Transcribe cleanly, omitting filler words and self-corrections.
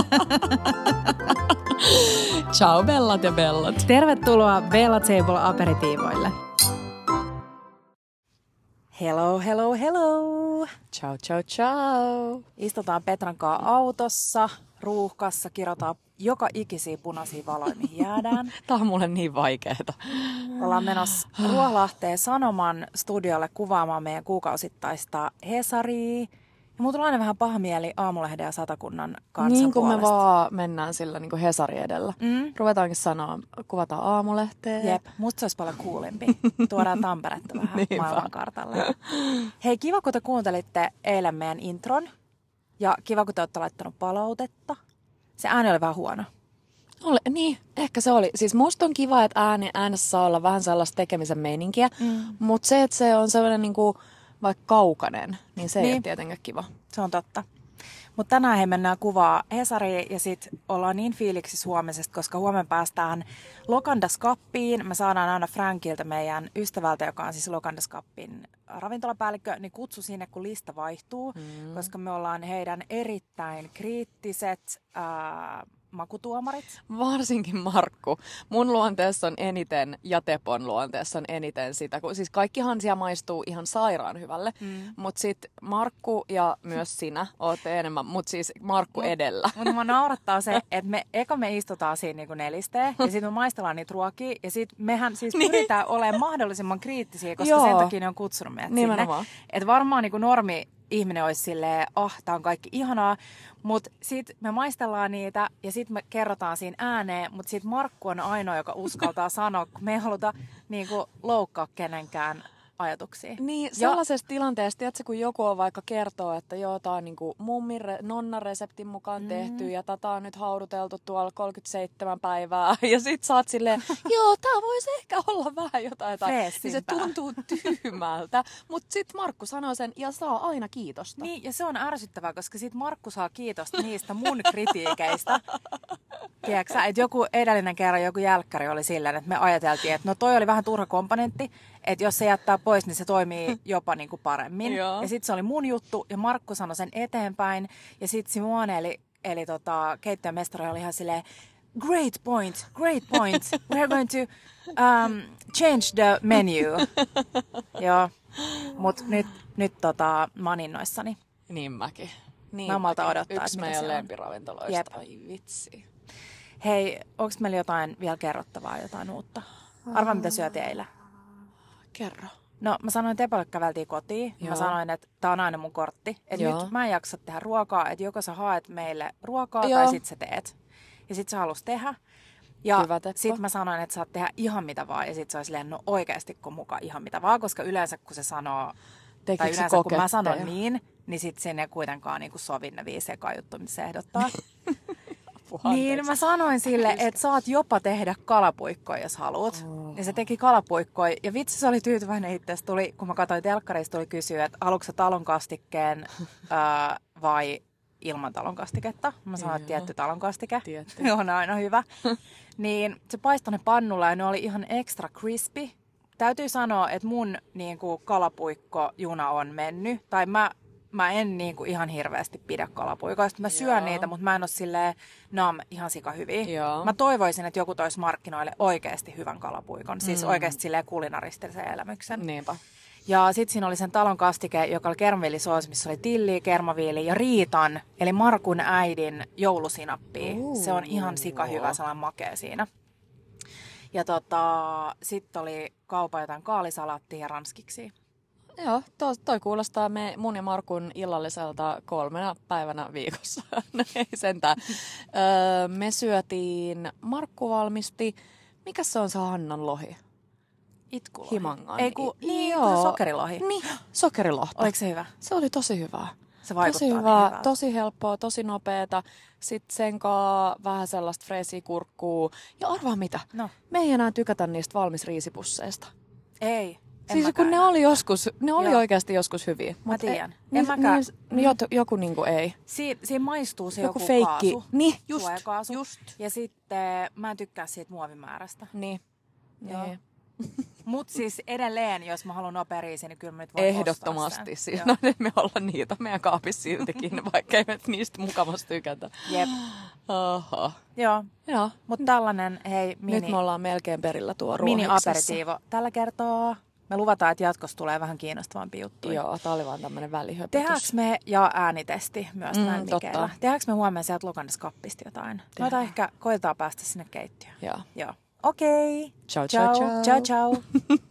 Ciao bellat ja bellat. Tervetuloa Bella Table aperitiivoille. Hello, hello, hello. Ciao, ciao, ciao. Istutaan Petran kanssa autossa, ruuhkassa, kirotaan joka ikisiä punaisia valoja, mihin jäädään. Tää on mulle niin vaikeeta. Ollaan menossa Ruoholahteen Sanoman studiolle kuvaamaan meidän kuukausittaista Hesaria. Ja mulla tulee aina vähän paha mieli Aamulehden ja Satakunnan kansan Niin kuin puolesta. me vaan mennään sillä niin kuin Hesari edellä. Ruvetaankin sanoa, kuvataan Aamulehteä. Jep, musta se olisi paljon coolimpi. Tuodaan Tamperetta vähän maailmankartalle. Hei, kiva kun te kuuntelitte eilen meidän intron. Ja kiva kun te olette laittanut palautetta. Se ääni oli vähän huono. Niin, ehkä se oli. Siis musta on kiva, että äänessä saa olla vähän sellaista tekemisen meininkiä. Mutta se, että se on sellainen niin kuin, vaikka kaukainen, niin se ei ole tietenkään kiva. Se on totta. Mutta tänään he mennään kuvaa Hesariin ja sit ollaan niin fiiliksissä huomisesta, koska huomenna päästään Lokandas Cuppiin. Me saadaan aina Frankilta, meidän ystävältä, joka on siis Lokandas Cupin ravintolapäällikkö, niin kutsu sinne, kun lista vaihtuu, koska me ollaan heidän erittäin kriittiset makutuomarit. Varsinkin Markku. Mun luonteessa on eniten ja Tepon luonteessa on eniten sitä. Siis kaikkihan siellä maistuu ihan sairaan hyvälle. Mutta sitten Markku ja myös sinä ootte enemmän, mutta siis Markku edellä. Mutta mua naurattaa se, että me istutaan siinä niinku nelisteen ja sitten me maistellaan niitä ruokia ja sitten mehän siis pyritään olemaan mahdollisimman kriittisiä, koska sen takia ne on kutsunut meidät nimenomaan sinne. Että varmaan niinku normi ihminen olisi silleen, tää on kaikki ihanaa, mutta sitten me maistellaan niitä ja sitten me kerrotaan siinä ääneen, mutta sitten Markku on ainoa, joka uskaltaa sanoa, kun me ei haluta niinku loukkaa kenenkään ajatuksia. Niin, sellaisessa tilanteessa, tiedätkö, kun joku on vaikka kertoo, että joo, tää on niinku nonnan reseptin mukaan tehty ja tätä on nyt hauduteltu tuolla 37 päivää ja sit sä oot silleen, joo, tää voisi ehkä olla vähän jotain, niin se tuntuu tyhmältä, mutta sit Markku sanoo sen ja saa aina kiitosta. Niin, ja se on ärsyttävää, koska sit Markku saa kiitosta niistä mun kritiikeistä. Tiedätkö, että joku edellinen kerran joku jälkkäri oli silleen, että me ajateltiin, että no toi oli vähän turha komponentti, että jos se jättää pois, niin se toimii jopa niin kuin paremmin. Ja sitten se oli mun juttu, ja Markku sanoi sen eteenpäin. Ja sitten Simone, eli keittiömestari oli ihan silleen, great point. We're going to change the menu. Joo, mutta nyt mä oon innoissani. Niin mäkin. Niin mä malta odottaa, yksi meidän lempiravintoloista. Ai vitsi. Hei, onko meillä jotain vielä kerrottavaa, jotain uutta? Arvaa, mitä syötiin eilen. Kerro. No, mä sanoin Tepolle, käveltiin kotiin. Mä sanoin, että tää on aina mun kortti. Että nyt mä en jaksa tehdä ruokaa. Että joko sä haet meille ruokaa tai sit sä teet. Ja sit sä halus tehdä. Ja sit mä sanoin, että saat tehdä ihan mitä vaan. Ja sit se oli silleen, no oikeesti kun mukaan ihan mitä vaan. Koska yleensä kun se sanoo, tai yleensä kun mä sanon niin sit sen ei kuitenkaan niinku sovi ne 5 ekaa juttu, mitä se ehdottaa. Niin, mä sanoin sille, että saat jopa tehdä kalapuikkoja, jos haluat. Ja se teki kalapuikkoja. Ja vitsi, se oli tyytyväinen itse. Tuli, kun mä katsoin telkkarista, tuli kysyä, että haluatko sä talonkastikkeen vai ilman talonkastiketta. Mä sanoin, että tietty talonkastike. On aina hyvä. Niin se paistoi ne pannulla ja ne oli ihan extra crispy. Täytyy sanoa, että mun niinku, kalapuikko-juna on mennyt. Tai mä en niinku ihan hirveästi pidä kalapuikoista. Mä syön niitä, mutta mä en ole silleen, ihan sika hyviä. Mä toivoisin, että joku toisi markkinoille oikeasti hyvän kalapuikon. Siis oikeasti silleen kulinaristisen elämyksen. Niinpä. Ja sit siinä oli sen talon kastike, joka oli kermaviilisoosi, missä oli tilliä, kermaviili ja Riitan, eli Markun äidin joulusinappi. Se on ihan sika hyvä, sellainen makea siinä. Ja sitten oli kaupan jotain kaalisalaattia ja ranskiksi. Joo, toi kuulostaa mun ja Markun illalliselta 3 päivänä viikossa. No ei sentään. Me syötiin, Markku valmisti, mikä se on se Hannan lohi? Itkulohi. Himangan. Sokerilohi. Niin, sokerilohta. Oliko se hyvä? Se oli tosi hyvää. Se vaikuttaa tosi hyvää, niin tosi helppoa, tosi nopeeta. Sitten sen kaa vähän sellaista freesiä kurkkuu. Ja arvaa mitä? No. Me ei enää tykätä niistä valmisriisipusseista. Ei. Siis kun ne oli oikeasti joskus hyviä. Mä tiedän. Joku niinku ei. Siinä maistuu se joku feikki. Kaasu. Niin, just. Ja sitten mä en tykkää siitä muovimäärästä. Niin. Joo. Mut siis edelleen, jos mä haluan nopea riisi, niin kyllä mä nyt voin ehdottomasti. Siis, no me ollaan niitä meidän kaapissa siltikin, vaikka ei me niistä mukavasti tykätä. Jep. Oho. Joo. Mutta tällainen, hei, nyt me ollaan melkein perillä tuo mini-aperitiivo. Tällä kertaa me luvataan, että jatkossa tulee vähän kiinnostavampi juttu. Joo, tää oli vaan tämmönen välihöpötys. Tehdäänkö me, ja äänitesti myös totta. Tehdäänkö me huomenna sieltä Lukandas kappista jotain? Noita ehkä koetaan päästä sinne keittiöön. Joo. Okei. Ciao, ciao, ciao. Ciao, ciao.